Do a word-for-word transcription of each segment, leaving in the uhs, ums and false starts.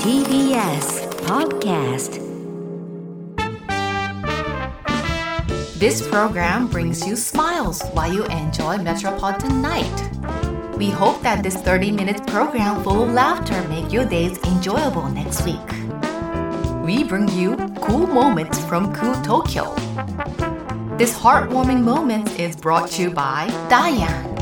ティービーエス Podcast. This program brings you smiles while you enjoy Metropolitan Night. We hope that this thirty-minute program full of laughter make your days enjoyable next week. We bring you cool moments from cool Tokyo. This heartwarming moment is brought to you by Diane.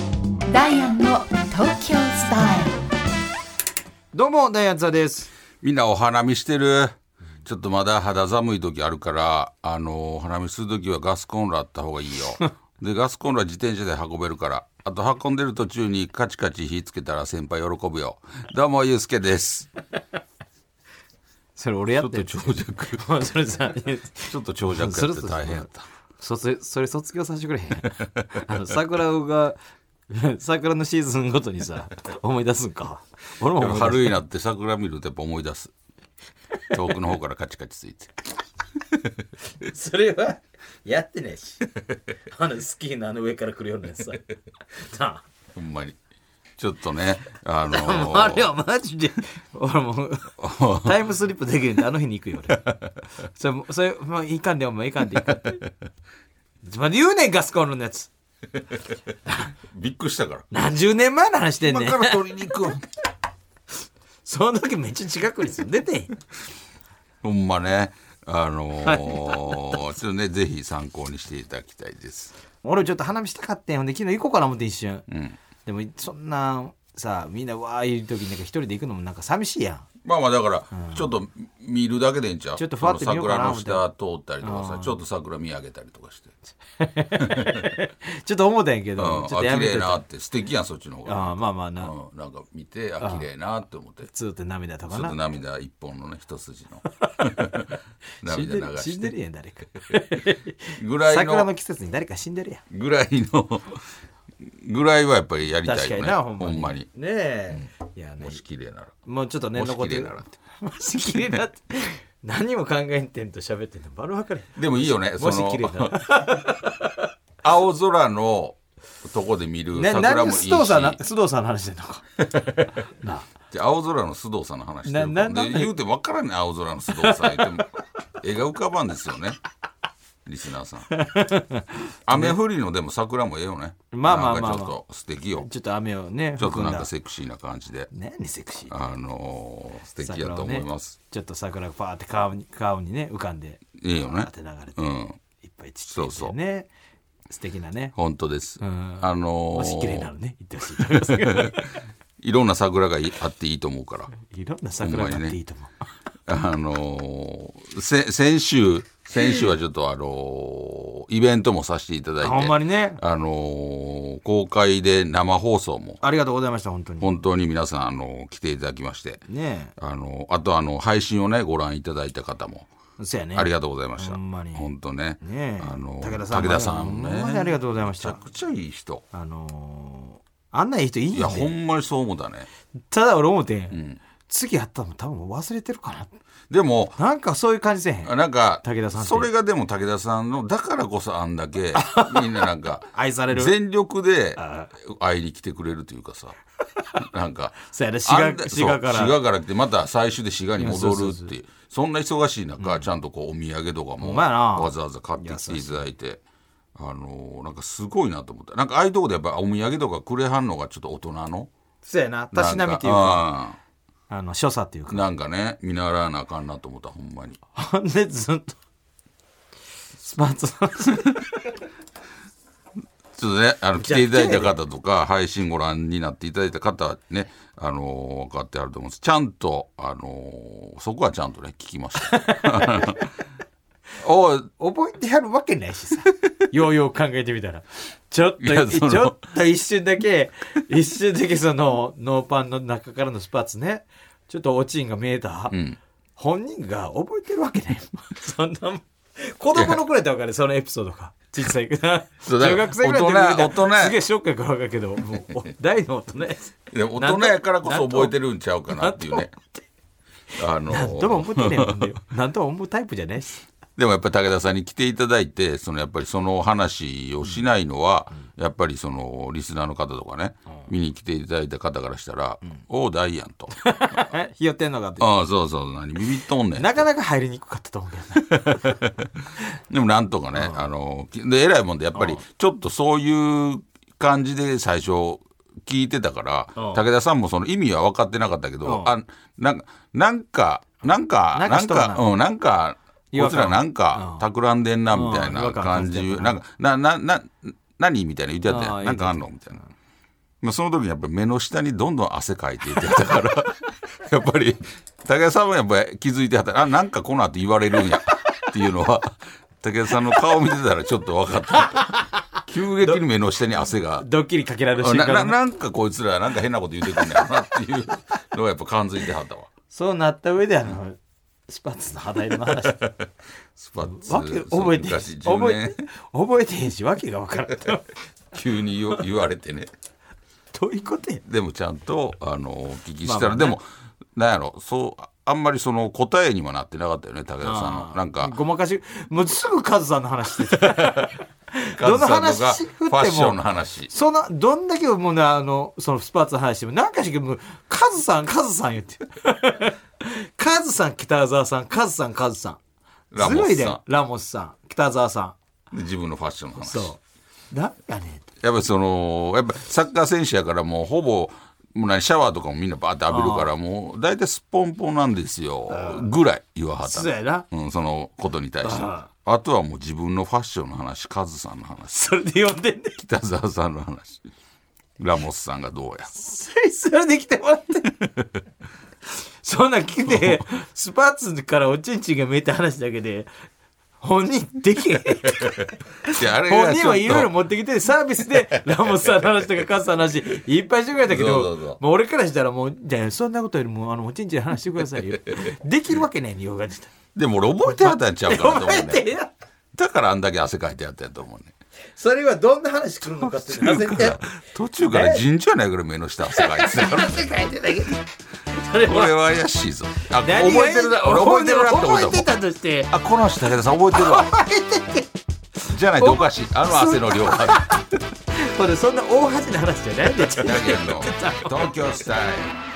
Diane の Tokyo Style. どうもダイアンツァです。 みんなお花見してる。ちょっとまだ肌寒い時あるから、あのお花見する時はガスコンロあった方がいいよでガスコンロは自転車で運べるから。あと運んでる途中にカチカチ火つけたら先輩喜ぶよ。どうもゆうすけですそれ俺やってる。 ちょっと長尺それさちょっと長尺やって大変やった。 そ, そ, それ卒業させてくれへんあの桜が桜のシーズンごとにさ思い出すんか。俺も思い出す。 春になって桜見るとやっぱ思い出す。遠くの方からカチカチついてそれはやってないしあのスキーのあの上から来るようなやつさなほんまにちょっとねあのー、あれはマジで俺もうタイムスリップできるんであの日に行くよ俺それそれもういかんでお前いかんでいかんでまだ言うねんガスコンロのやつびっくりしたから何十年前の話してんねん。 今から取りに行くその時めっちゃ近くに住んでてほんまねあのーはい、 ちょっとねぜひ参考にしていただきたいです。 俺ちょっと花見したかったんよ。で昨日行こうかな思って一瞬、 うん、 でもそんなさみんなわーいる時になんか一人で行くのもなんか寂しいやん。 まあまあだから、うん、ちょっと見るだけでいいんちゃう。 ちょっとファって見ようかな思って桜の下通ったりとかさちょっと桜見上げたりとかしてちょっと思ったんやけど、 うん、 ちょっとやめといて。 あ綺麗なって素敵やんそっちの方が。 あまあまあな、 うん、なんか見てあ綺麗なって思ってずっと涙とかなちょっと涙一本のね一筋の涙流して死んでるやん誰かぐらいの桜の季節に誰か死んでるやんぐらいのぐらいはやっぱりやりたいよね。 確かになほんまに。 ほんまにねえ、うん、いやねもし綺麗ならもうちょっとねもし残って綺麗ならってもし綺麗なって何も考えんてんと喋ってんのバル分かれ。 でもいいよねもし綺麗なら青空のとこで見る桜もいいし、 須藤さんな須藤さんの話してんのかなじゃ青空の須藤さんの話してるからで言うて分からんね青空の須藤さん言っても絵が浮かばんですよねリスナーさん雨降りのでも桜もええよね。 まあまあまあ、まあ、 なんかちょっと素敵よ。 ちょっと雨をねちょっとなんかセクシーな感じで何セクシーあのー、素敵やと思います、 ね、ちょっと桜がパーって顔に顔にね浮かんでいいよねって流れて、 うん、 いっぱいちっちゃいですよね。そうそう素敵なね本当です、 うん、 あのー、 もし綺麗なのね言ってほしいと思いますけどいろんな桜があっていいと思うからいろんな桜があっていいと思う、 あのー、せ先週先週はちょっとあのー、イベントもさせていただいてほんまにねあのー、公開で生放送もありがとうございました。本当に本当に皆さんあのー、来ていただきましてねあのー、あとあの配信をねご覧いただいた方もそうやねありがとうございました。 ほんまに本当ねねあのー、 武田さん武田さんねほんまにありがとうございました。 めちゃくちゃいい人あのー、あんないい人いいんいやほんまにそう思ったね。 ただ俺思って、うん、次やったの多分忘れてるかな。 でもなんかそういう感じせへん。 なんか武田さんってそれがでも武田さんのだからこそあんだけみんななんか愛される全力で会いに来てくれるというかさなんかそうやね滋賀滋賀から滋賀から来てまた最終で滋賀に戻るっていうそんな忙しい中、うん、ちゃんとこうお土産とかもわざわざ買ってきていただいてあのー、なんかすごいなと思った。なんかああいうとこでやっぱお土産とかくれはんのがちょっと大人のそうやなたしなみっていうかあの所作っていうかなんかね見習わなあかんなと思ったほんまに。 ほんでずっとスパーツちょっとねあの来ていただいた方とか配信ご覧になっていただいた方はねあのー、分かってあると思うんです。ちゃんとあのー、そこはちゃんとね聞きましたお覚えてやるわけないしさようよう考えてみたらちょっとちょっと一瞬だけ一瞬だけそのノーパンの中からのスパーツねちょっとおちんが見えた、うん、本人が覚えてるわけないそんな子供のくらいだ分かるそのエピソードが小さい中学生ぐらいで見たらすげえショックやから分かるけどもう大の大人やでも大人やからこそ覚えてるんちゃうかなっていうねあのー、 なんとも思ってねえもんねなんとも思うタイプじゃないしでもやっぱり武田さんに来ていただいて、そのやっぱりその話をしないのは、うん、やっぱりそのリスナーの方とかね、うん、見に来ていただいた方からしたら、うん、おうダイアンとひよってんのかって。 ああそうそう、何ビビっとんねん。 なかなか入りにくかったと思うけどねでもなんとかね、うん、あので偉いもんでやっぱりちょっとそういう感じで最初聞いてたから、うん、武田さんもその意味は分かってなかったけど、うん、あなんかなんかなんかなんかうんなんかこいつらなんか企んでんなみたいな感じ、うん、なんかななな何みたいな言ってやったやん、なんかあんのみたいな。まあ、その時にやっぱり目の下にどんどん汗かいていってたからやっぱり武田さんもやっぱり気づいてはったあなんかこの後言われるんやっていうのは武田さんの顔見てたらちょっと分かった急激に目の下に汗がドッキリかけられる瞬間な, な, なんかこいつらなんか変なこと言ってくんねやろなっていうのがやっぱ感づいてはったわ。 そうなった上であのスパッツの肌色の話スパッツわけ覚えてへんし覚えて覚えてへんしわけが分からん急に 言, 言われてねどういうことや。 でもちゃんとあのお聞きしたら、まあまあね、でもなんやろそうあんまりその答えにもなってなかったよね武田さんのなんかごまかしもうすぐカズさんの話してたカズさんのがファッションの話そのどんだけもうねあのそのスパーツの話しても何かしらもうカズさんカズさん言ってカズさん北沢さんカズさんカズさんすごいねラモスさん北沢さん自分のファッションの話そうなんかねやっぱりそのやっぱサッカー選手やからもうほぼもう何シャワーとかもみんなバーって浴びるからもう大体すっぽんぽんなんですよぐらい言わはった、 そうやな、 うん、そのことに対して あ, あとはもう自分のファッションの話カズさんの話それで読んでんね北沢さんの話ラモスさんがどうやそれで来てもらってそんな来てスパッツからおちんちんが見えた話だけで本人できへん本人はいろいろ持ってきてサービスでラモスさんの話とかカズさんの話いっぱいしてくれたけどそうそうそうもう俺からしたらもうじゃあそんなことよりもあのおちんちん話してくださいよできるわけないによがでも俺覚えてはったんちゃうかなと思うねだからあんだけ汗かいてやったんやと思うねそれはどんな話来るのかってなぜて途中から神社ないぐらい目の下汗かいてたから汗かいてたけど俺は怪しいぞあ覚えてるな俺覚えてるなって思ったもん覚えてたとしてあこの話武田さん覚えてるわじゃないとおかしいあの汗の量がこれそんな大恥な話じゃないんで東京スタイ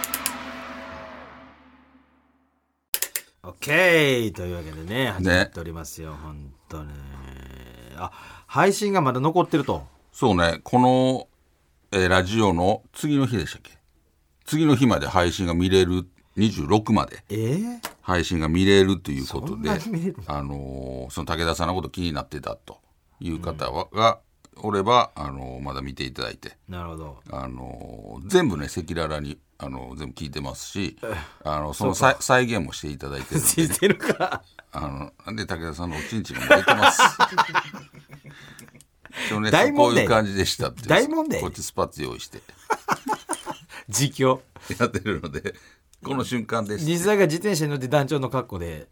ルオッケーというわけでね始まっておりますよ、ね、本当ねあ配信がまだ残ってるとそうねこの、えー、ラジオの次の日でしたっけ次の日まで配信が見れるにじゅうろくまで配信が見れるということで、えー、あのー、その武田さんのこと気になってたという方は、うん、がおれば、あのー、まだ見ていただいてなるほど、 あのー、全部ね赤裸々に、あのー、全部聞いてますしあのその再現もしていただいてるのでしてるかあのなんで武田さんのおちんちんが出てますね、 大問題こういう感じでしたって大問題こっちスパッツ用意して実況やってるのでこの瞬間です実際が自転車に乗って団長の格好で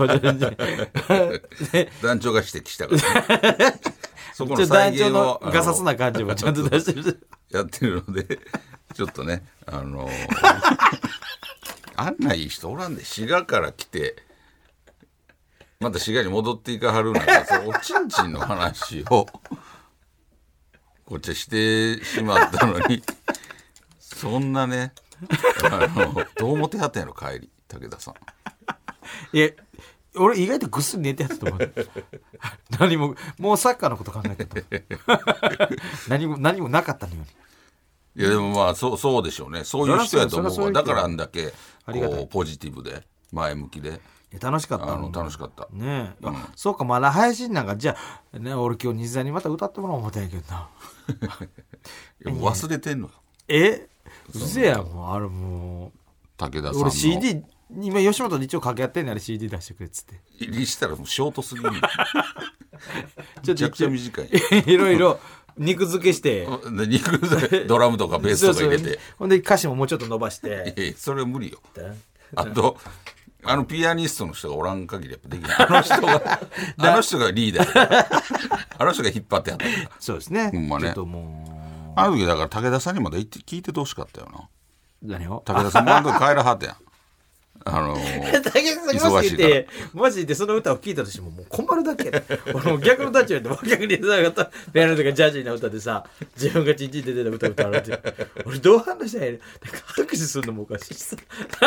団長が指摘したから、ね、そこの再現を団長のガサツな感じもちゃんと出してるやってるのでちょっとねあのー、あんないい人おらんで滋賀から来てまた滋賀に戻っていかはるなんかおちんちんの話をこっちはしてしまったのにそんなねあのどう思ってはったんやろ帰り武田さんいや俺意外とぐっすり寝てやったと思う何ももうサッカーのこと考えてた何も何もなかったのようにいやでもまあそう、そうでしょうねそういう人やと思うわだからあんだけこうポジティブで前向きで楽しかったあの楽しかったねえ、うん、そうかまだ配信なんかじゃあ、ね、俺今日西田にまた歌ってもらおう思ったんやけどないや忘れてんのよえうせやもうあれもう武田さんの俺 シーディー 今吉本で一応掛け合ってんねんあれ シーディー 出してくれっつって入りしたらもうショートすぎるめちゃくちゃ短いいろいろ肉付けして肉付けドラムとかベースとか入れてそうそうほんで歌詞ももうちょっと伸ばしていやそれは無理よあとあのピアニストの人がおらん限りやっぱできないあの人があの人がリーダーあの人が引っ張ってやったからそうですねほんまねちょっともうあの時だから武田さんにまだ言って聞いててほしかったよな何を武田さんもあの時帰らはったやんあのー、 武田さんマジでマジでその歌を聴いたとしてももう困るだけ俺も逆の立場で逆にさピアノとかジャジーな歌でさ自分がチンチンで出た歌歌われて俺どう反応したらいいのなんか拍手するのもおかしいしさ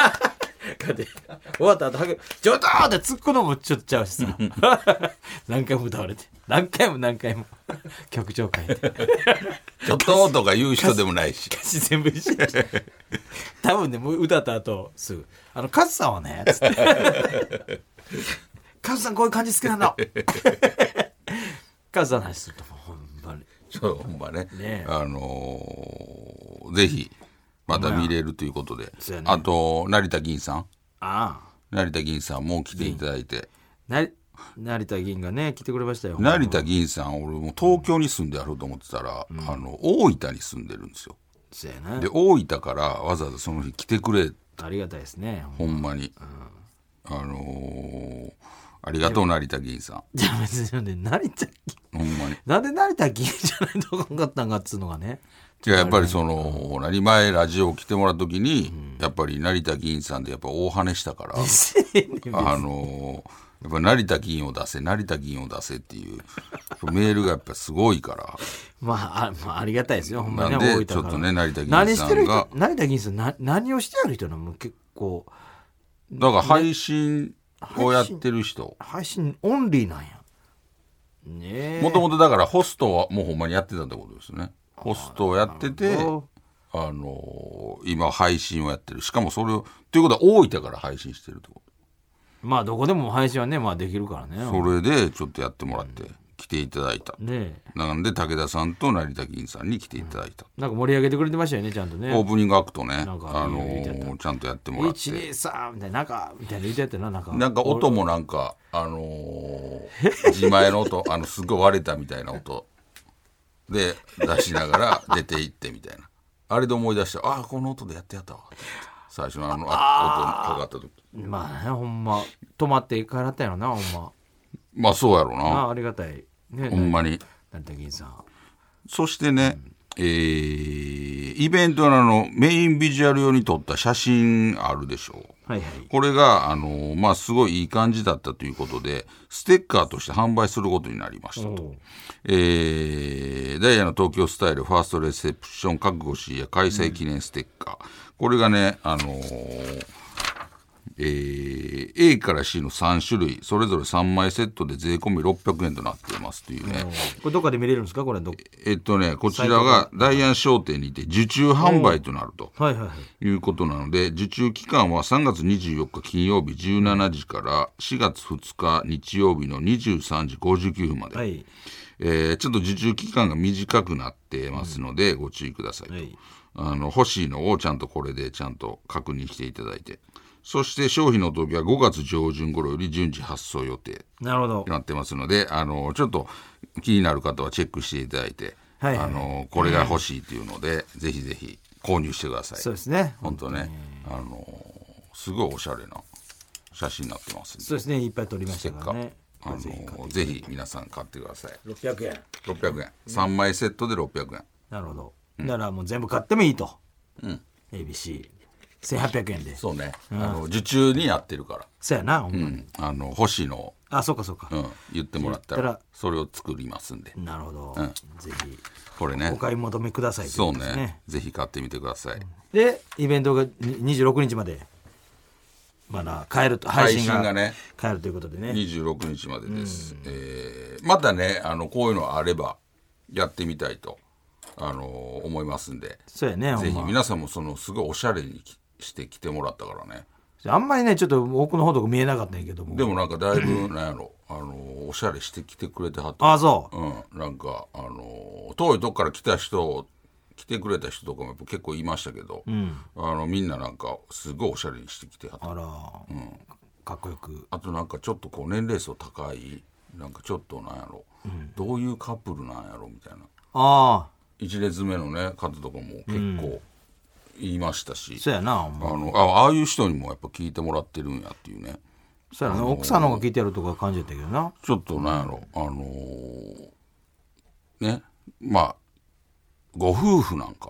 終わった後拍手ちょっとーって突っ込むのもちょっとちゃうしさ何回も歌われて何回も何回も曲調変えてちょっととか言う人でもないし歌詞全部一緒にして多分ねもう歌った後すぐあのカズさんはねつってカズさんこういう感じ好きなのカズさんの話するともうほんまにそうほんまねねあのー、ぜひまた見れるということで、 そうやねあと成田銀さんああ成田銀さんも来ていただいてな成田銀がね来てくれましたよ成田銀さん俺も東京に住んでやろうと思ってたら、うん、あの大分に住んでるんですよ。 そうやなで大分からわざわざその日来てくれありがたいですねほんまに、うん、あのー、ありがとう成田銀さん。 じゃあ別に成田銀ほんまになんで成田銀じゃないとこかったんかっつうのがねじゃあやっぱりその何前ラジオ来てもらった時に、うん、やっぱり成田銀さんでやっぱ大跳ねしたからあのやっぱ成田銀を出せ成田銀を出せっていうメールがやっぱすごいからまあ あ,、まあ、ありがたいですよほんまにねなんでちょっとね成田銀さんが何してる人成田銀さんな何をしてやる人なの結構だから配信をやってる人、 ね、配信オンリーなんやねもともとだからホストはもうほんまにやってたってことですね。ホストをやっててあのー、今配信をやってるしかもそれをということは大分から配信してるってことまあどこでも配信はねまあできるからねそれでちょっとやってもらって来ていただいた、 ね、 なので武田さんと成田銀さんに来ていただいた、 うん、なんか盛り上げてくれてましたよねちゃんとねオープニングアクトねなんかあのー、ちゃんとやってもらっていちにさんみたいななんかみたいな言ってやってななんかなんか音もなんかあのー、自前の音あのすごい割れたみたいな音で出しながら出ていってみたいなあれで思い出してああこの音でやってやったわ最初のあのあ音かかった時まあねほんま止まって帰らったやろなほんままあそうやろなあ, ありがたいねほんまに成田銀さんそしてね、うんえー、イベントのあのメインビジュアル用に撮った写真あるでしょう、 はいはい、 これがあの、まあ、すごいいい感じだったということでステッカーとして販売することになりましたと、えー、ダイヤの東京スタイルファーストレセプション覚悟しや開催記念ステッカー、うん、これがね、あのーえー、A から C のさん種類それぞれさんまいセットで税込みろっぴゃくえんとなっていますというね、 これどこかで見れるんですかこれどえっとねこちらがダイアン商店にて受注販売となるということなので受注期間はさんがつにじゅうよっか金曜日じゅうしちじからしがつふつか日曜日のにじゅうさんじごじゅうきゅうふんまで、はいえー、ちょっと受注期間が短くなってますので、うん、ご注意くださいと、はい、あの欲しいのをちゃんとこれでちゃんと確認していただいてそして商品の時はごがつ上旬頃より順次発送予定なるほどなってますのであのちょっと気になる方はチェックしていただいて、はいはい、あのこれが欲しいというので、うん、ぜひぜひ購入してください。 そうですね本当ねあのすごいおしゃれな写真になってますんでそうですねいっぱい撮りましたからねあのぜひぜひ皆さん買ってください。 ろっぴゃくえんろっぴゃくえんさんまいセットでろっぴゃくえんなるほど、うん、だからもう全部買ってもいいと、うん、エービーシーせんはっぴゃくえんでそうね、うん、あの受注にやってるからそうやなほんまに、 うん、あの欲しいのをあそうかそうか、 うん、言ってもらったらそれを作りますんでなるほど、うん、ぜひこれねお買い求めくださいということですね。 そうねぜひ買ってみてください、うん、 でイベントがにじゅうろくにちまでまだ買えると配信がね買えるということでねにじゅうろくにちまでです、うんえー、またねあのこういうのあればやってみたいとあの思いますんでそうやねぜひ皆さんもそのすごいおしゃれにして来てもらったからねあんまりねちょっと奥の方とか見えなかったんやけどもでもなんかだいぶなんやろあのおしゃれしてきてくれてはった。 あそう、 うん、なんかあの遠いとこから来た人来てくれた人とかもやっぱ結構いましたけど、うん、あのみんななんかすごいおしゃれにしてきてはった。 あら、 うん、 かっこよくあとなんかちょっとこう年齢層高いなんかちょっとなんやろ、うん、どういうカップルなんやろみたいなあ一列目のね方とかも結構言いましたし、うん、 そうやなあの あ, ああいう人にもやっぱ聞いてもらってるんやっていうねそうやな、あのー、奥さんの方が聞いてるとか感じたけどなちょっとなんやろあのー、ねまあご夫婦なんかな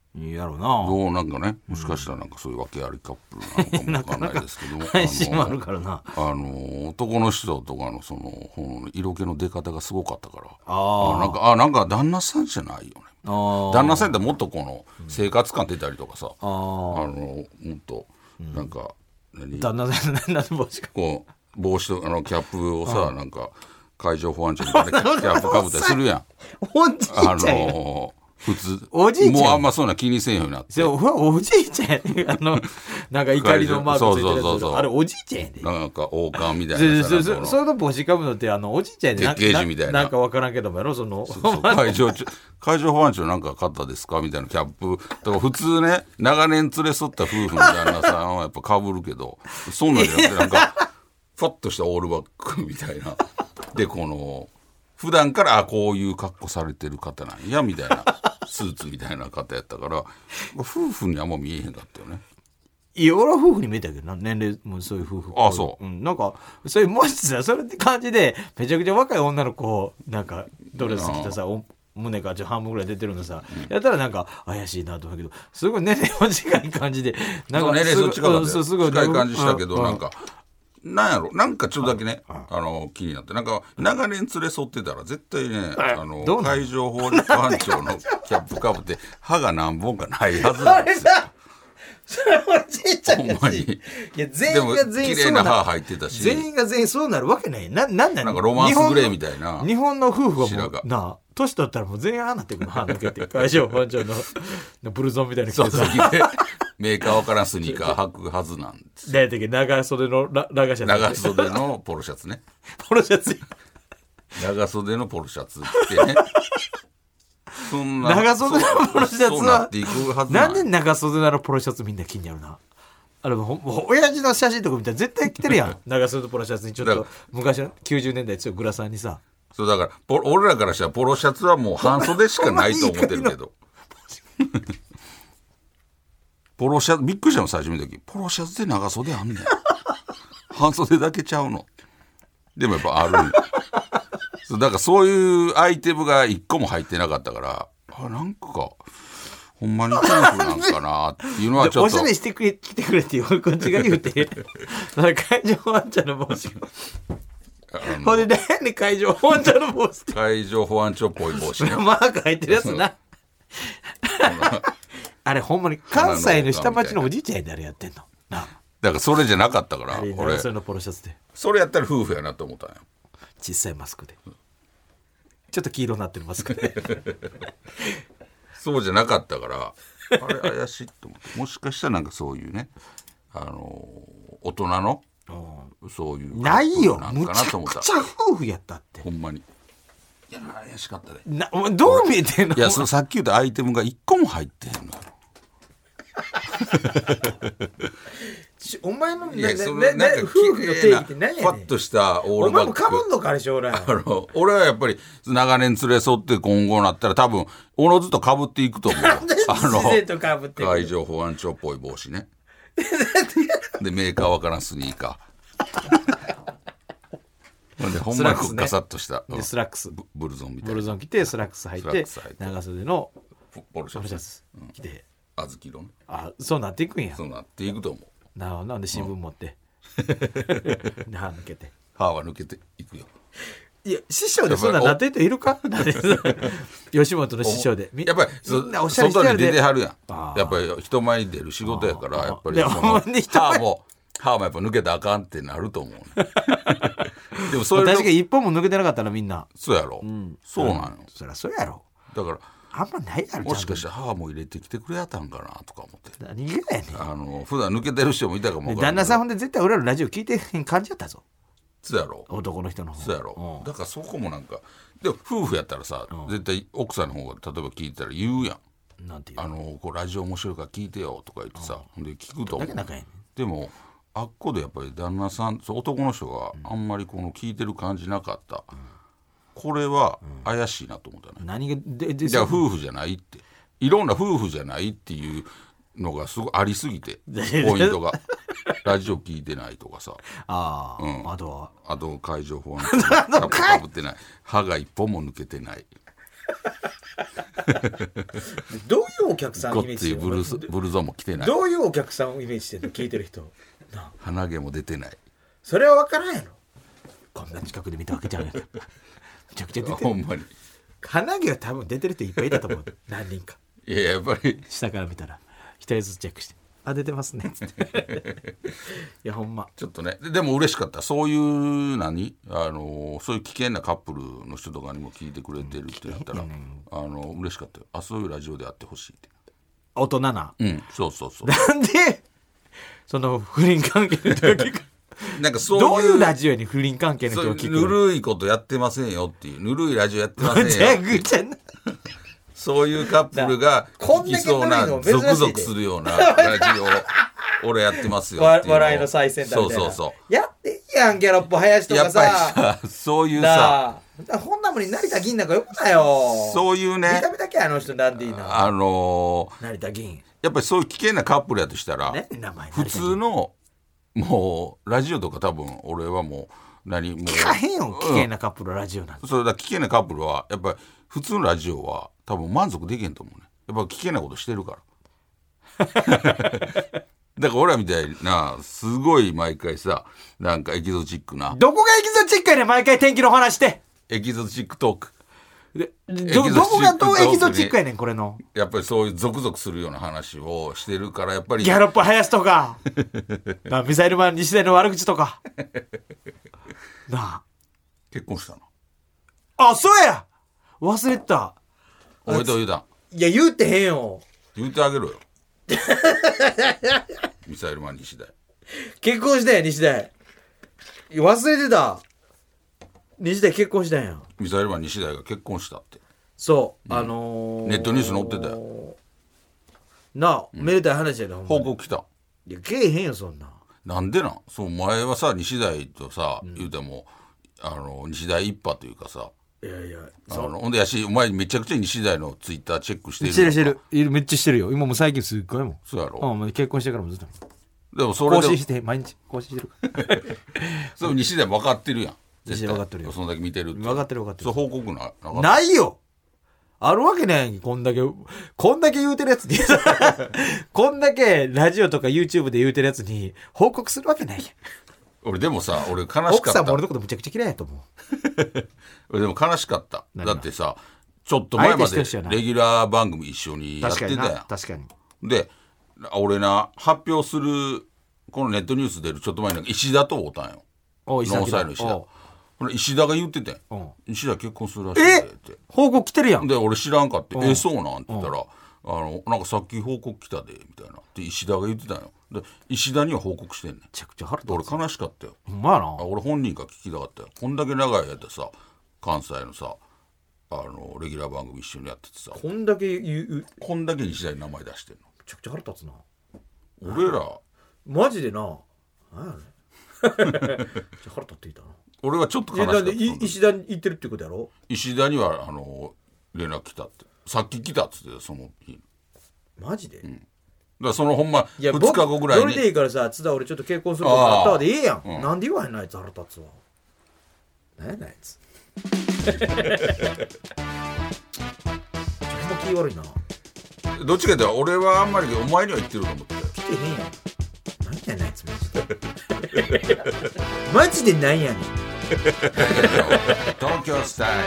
いいやろうな。 どうなんかね、もしかしたらなんかそういう訳ありカップルなのかもわかんないですけども配信もあるからな。 あの男の人とかのその色気の出方がすごかったから、 ああなんかあなんか旦那さんじゃないよね。 あ旦那さんってもっとこの生活感出たりとかさ、 ああのもっとなんか、何旦那さんなんで帽子かこう帽子とあのキャップをさ、なんか海上保安庁みたいなキャップかぶったりするやん。 おじいちゃんやあの普通おじいちゃんもうあんまそんな気にせんようになって、 そうほらおじいちゃんやねあのなんか怒りのマークついてるやつ。 そうそうそうそうあれおじいちゃんやで。 なんか王冠みたいそうなさ、 そうそうなんかその帽子かぶのってあのおじいちゃんやで。 月桂樹みたいななんかわからんけどもやろそのそう海上海上保安庁なんか買ったですかみたいなキャップとか普通ね、長年連れ添った夫婦の旦那さんはやっぱかぶるけど、そんなんじゃなくてなんかファッとしたオールバックみたいなで、この普段からあこういう格好されてる方なんやみたいなスーツみたいな方やったから夫婦にあんま見えへんかったよね。 いや俺は夫婦に見えたけどな、年齢もそういう夫婦。 あそう、 うん、なんかそういうもしさそれって感じでめちゃくちゃ若い女の子なんかドレス着たさ、お胸がちょっと半分ぐらい出てるのさ、うん、やったらなんか怪しいなと思うけど、すごい年齢も近い感じでなんか年齢と近かったよ、 すすごい近い感じしたけど、 うん、 なんかなんやろなんかちょっとだけね、あの気になって、なんか長年連れ添ってたら絶対ね、あの海上保安庁のキャップかぶって歯が何本かないはずなんですよ。 それはおじいちゃんやし、 ほんまに。 いや全員が全員綺麗な歯入ってたし、 全員が全員そうなるわけない。な、なんなんなんかロマンスグレーみたいな。 日本の夫婦はもう白髪なあ、年取ったらもう全員ああなってくるの、歯抜けて海上保安庁ののブルゾンみたいなそうそう着てさ、 メーカーわからんスニーカー履くはずなんですよ。 何やったっけ、長袖のララガシャツ、 長袖のポロシャツね。 ポロシャツ、 長袖のポロシャツ着てね。そんな長袖のポロシャツはそうなっていくはずなんで長袖のポロシャツみんな気になるな。あれもほもう親父の写真とか見たら絶対着てるやん長袖のポロシャツにちょっと昔のきゅうじゅうねんだい強いグラサンにさ。 そうだからポ俺らからしたらポロシャツはもう半袖しかないと思ってるけどポロシャツびっくりしたの最初見た時、ポロシャツで長袖あんねん半袖だけちゃうの。でもやっぱあるんそうだからそういうアイテムが一個も入ってなかったから、あなんかほんまに夫婦なんかなっていうのはちょっとおしゃれしてくれ来てくれっていうこっちが言うて海上保安庁の帽子ほんで何で海上保安庁の帽子って海上保安庁っぽい帽子ねマーク入ってるやつなあれほんまに関西の下町のおじいちゃんやであれやってんのな。 だからそれじゃなかったからあれ俺長袖のポロシャツでそれやったら夫婦やなと思ったんよ。 小さいマスクでちょっと黄色になってるマスクでそうじゃなかったからあれ怪しいと思ってもしかしたらなんかそういうね、あのー、大人のそういうないよなんむちゃかなと思ったくちゃ夫婦やったってほんまに。いや怪しかったで。 なお前どう見えてんの。 いやそのさっき言ったアイテムが一個も入ってんのよ。 お前のいやそのなななんか夫婦の定義って何フやねん。 ァッとしたオーお前もルバックかぶんのかあれ将来あの俺はやっぱり長年連れ添って今後なったら多分おのずと被っていくと思うよ。あの自然とかぶってくる海上保安庁っぽい帽子ねでメーカーわからんスニーカーほんでほんまにこうガサッとしたでスラックスブブルゾンみたいなブルゾン着てスラックス履いスラッてクス履いて長袖のポロシャツポロシャツ着て、 小豆色ね。 あそうなっていくんや。 そうなっていくと思う。 なるほど。なんで新聞持って歯抜けて歯は抜けていくよ。 いや師匠でそんななってる人いるかだって吉本の師匠でみやっぱりみんなおしゃれして外にるで出てはるやん。 あーやっぱり人前に出る仕事やからやっぱりでそのほんまに人前歯も歯もやっぱ抜けたらあかんってなると思う、ね、でもそれ確かに一本も抜けてなかったらみんなそうやろ、 んそうなんよ。 そりゃそうやろ。 だからあんまないやろ。 もしかちしたら歯も入れてきてくれやったんかなとか思ってゃんと何がやねん。 あの普段抜けてる人もいたかもでわからんけど旦那さんほんで絶対俺らのラジオ聞いてへん感じやったぞそうやろ男の人の方。 そうやろ、 んだからそこもなんかでも夫婦やったらさ、絶対奥さんの方が例えば聞いてたら言うやん。 なんていうあのこうラジオ面白いから聞いてよとか言ってさ、ほんで聞くと思うだけ仲いいねん。 でもあっこでやっぱり旦那さんそう男の人があんまりこの聞いてる感じなかった、これは怪しいなと思ったね、 何がででじゃあ夫婦じゃないっていろんな夫婦じゃないっていうのがすごいありすぎてポイントがラジオ聞いてないとかさああ、 うんあとはあと海上保安庁かぶってない歯が一本も抜けてないどういうお客さんごっイメージしてるついブルーブルゾンも着てない。 どういうお客さんをイメージしてるの聞いてる人な。 鼻毛も出てない。 それは分からんやろ。こんな近くで見たわけじゃないめちゃくちゃ出てる。 ほんまに。 鼻毛は多分出てる人いっぱいいたと思う何人か。 いややっぱり下から見たら一人ずつチェックしてあ出てますねつっていやほんまちょっとね。で、でも嬉しかった。そういう何あのそういう危険なカップルの人とかにも聞いてくれてるってなったら、うん、あの嬉しかったよ。あそういうラジオであってほしいって。 大人な。 うんそうそうそう。 なんでその不倫関係の時かなんかそういうどういうラジオに不倫関係の人を聞くぬるいことやってませんよっていうぬるいラジオやってませんよぐちゃぐちゃなそういうカップルが聞きそうなゾクゾクするようなラジオを俺やってますよっていう笑いの最先端みたいな。 そうそうそうやっていいやんギャロップ林とかさ。 やっぱりさそういうさほんなもんに成田銀なんかよくないよ。 そういうね見た目だけあの人なんでいいな。 あのー、 成田銀やっぱりそういう危険なカップルやとしたら、 ね、名前普通のもうラジオとか多分俺はもう何もう聞かへんよ危険なカップルラジオなんて、 うん、それだ危険なカップルはやっぱり普通のラジオは多分満足できへんと思うね。やっぱ危険なことしてるからだから俺らみたいなすごい毎回さなんかエキゾチックなどこがエキゾチックやねん毎回天気の話してエキゾチックトークで ど, どこがどうエキゾチックやねんこれのやっぱりそういうゾクゾクするような話をしてるからやっぱりギャロップ林とかミサイルマン西田の悪口とかなあ結婚したのあそうや忘れてたおめでとう言うたんいや言うてへんよ言うてあげろよミサイルマン西田結婚したやん西田忘れてた西田結婚したんやミサイルマン西田が結婚したってそう、うん、あのー、 ネットニュース載ってたよなあ、うん、めでたい話やで報告来たいやけえへんよそんななんでなんそう前はさ西大とさ、うん、言うてもあの西大一派というかさいやいやあのほんでやしお前めちゃくちゃ西大のツイッターチェックしてるしてるしてるいるめっちゃしてるよ今も最近すっごいもんそうやろ、 うん、結婚してからもずっとでもそれで更新して毎日更新してるそれ西大分かってるやん西大分かってるよそんだけ見てるって分かってる分かってるそう報告 な, な, かないよあるわけないやんこんだけこんだけ言うてるやつにこんだけラジオとか YouTube で言うてるやつに報告するわけないやん俺でもさ俺悲しかった奥さんも俺のことむちゃくちゃ嫌いやと思う俺でも悲しかっただってさちょっと前までレギュラー番組一緒にやってたやん確かに確かにで俺な発表するこのネットニュース出るちょっと前に石田と会うたんよノーサイの石田石田が言ってて石田結婚するらしいってって報告来てるやんで俺知らんかってえそうなんって言ったらあのなんかさっき報告来たでみたいなで石田が言ってたんよで石田には報告してんねんめちゃくちゃ腹立つ俺悲しかったよほんまやな俺本人が聞きたかったよこんだけ長い間さ関西のさあのレギュラー番組一緒にやっててさこんだけ言うこんだけ西田に名前出してんのめちゃくちゃ腹立つな俺らマジでな何やねん腹立っていたな俺はちょっと悲しかった石田に行ってるってことやろ石田にはあの連絡来たってさっき来たっつってその日マジで、 うん、だからそのほんまふつかごぐらいにそれでいいからさ津田俺ちょっと結婚することあったわでいいやん、うん、なんで言わへんのあいつ腹立つわ何やねんあいつちょっと気悪いなどっちかというと俺はあんまりお前には言ってると思って来てへんやん何やねんあいつマジでマジで何やねん東京スタイル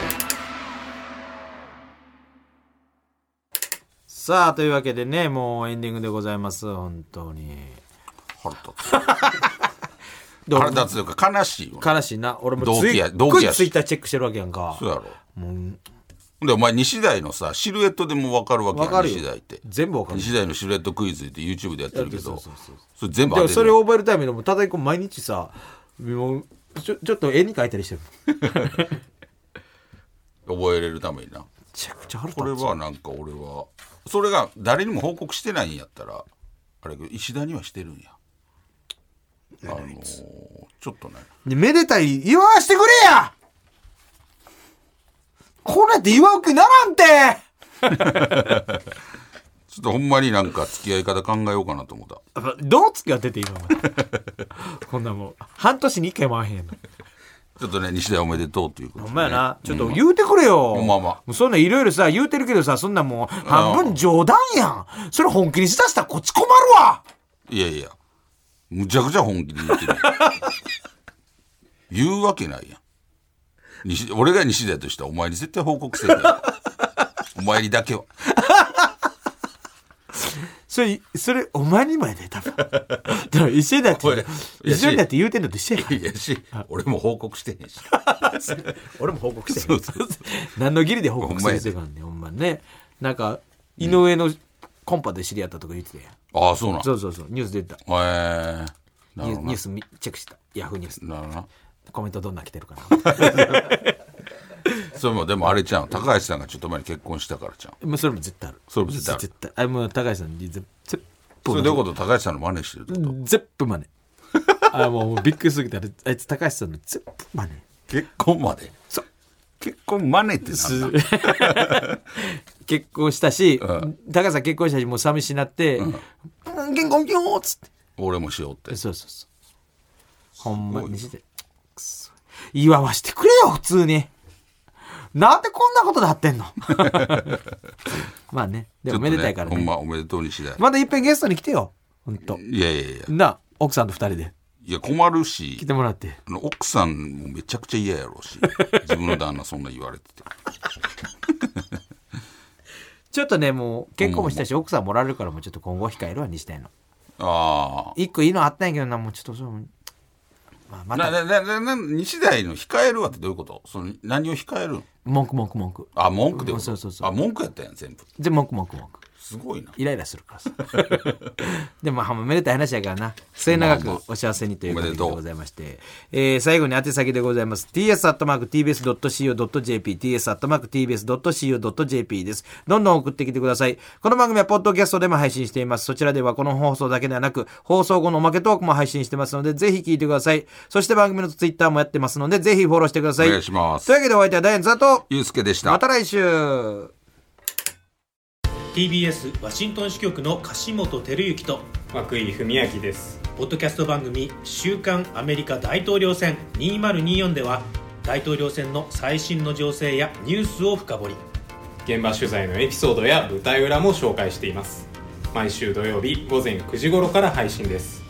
さあというわけでねもうエンディングでございます本当に腹立つ腹立つというか悲しいよ、 ね、悲しいな俺も同期や同期やツイッターチェックしてるわけやんかそうやろもうでお前西大のさシルエットでも分かるわけやん分かるよ西大って全部分かる西大のシルエットクイズって YouTube でやってるけどそうそうそうそれ全部当てるそれを覚えるためにもただこう毎日さもうちょ、ちょっと絵に描いたりしてる覚えれるためになめちゃくちゃ腹立つこれはなんか俺はそれが誰にも報告してないんやったらあれ石田にはしてるんやあのー、ちょっとねめでたい祝わしてくれやこうなって祝う気ならんてちょっとほんまになんか付き合い方考えようかなと思った。 どう付き合ってて今までこんなもん半年に一回回へんのちょっとね西田おめでとうということで、ね、 ほんまやなちょっと言うてくれよ、 うん、まあまあもうそんないろいろさ言うてるけどさそんなもう半分冗談やんそれ本気にしだしたらこっち困るわいやいやむちゃくちゃ本気で言ってる言うわけないやん西俺が西田としてはお前に絶対報告せえよお前にだけはそれそれお前にもやで多分でも一緒になって一緒になって言うてんのと一緒やいやし俺も報告してへんし俺も報告してへんそうそうそう何の義理で報告する人があんねんほんまねなんか井上のコンパで知り合ったとか言ってたやん、 ああそうなんそうそうそうニュース出た、 えー、なるほどなニュースチェックしたヤフーニュースなるほどなコメントどんな来てるかなそれもでもあれちゃん高橋さんがちょっと前に結婚したからちゃんもうそれも絶対あるそれも絶対ある絶対あもう高橋さんに全部それどういうこと高橋さんの真似してるってこと全部真似あもうびっくりすぎたらあいつ高橋さんの全部真似結婚までそう結婚真似ってなんだ結婚したし、 うん、 高橋さん結婚したしもう寂しいなって、うん、結婚しようっつって俺もしようってそうそうそうほんまにしてくそ祝わしてくれよ普通になんでこんなことで貼ってんのまあねでもめでたいからねほんまおめでとうにしだいまだいっぺんゲストに来てよほんといやいやいやな奥さんと二人でいや困るし来てもらって奥さんもめちゃくちゃ嫌やろうし自分の旦那そんな言われててちょっとねもう結婚もしたし奥さんもらえるからもうちょっと今後控えるわにしたいのああ一個いいのあったんやけどなもうちょっとその、まあ、またなななな西大の控えるわってどういうことその何を控えるん文句文句文句あ文句でことそうそうそうあ文句やったんや全部で文句文句文句すごいなイライラするからさでもまあめでたい話やからな末永くお幸せにということでございまして、えー、最後に宛先でございます ティーエス アットマーク ティービーエス ドット シーオー ドット ジェーピー ティーエス アットマーク ティービーエス ドット シーオー ドット ジェーピー ですどんどん送ってきてくださいこの番組はポッドキャストでも配信していますそちらではこの放送だけではなく放送後のおまけトークも配信してますのでぜひ聞いてくださいそして番組のツイッターもやってますのでぜひフォローしてくださいお願いしますというわけでお相手はダイアン津田とゆうすけでしたまた来週ティービーエス ワシントン支局の樫本照之と涌井文明です。 ポッドキャスト番組週刊アメリカ大統領選にせんにじゅうよんでは大統領選の最新の情勢やニュースを深掘り現場取材のエピソードや舞台裏も紹介しています。毎週土曜日午前くじ頃から配信です。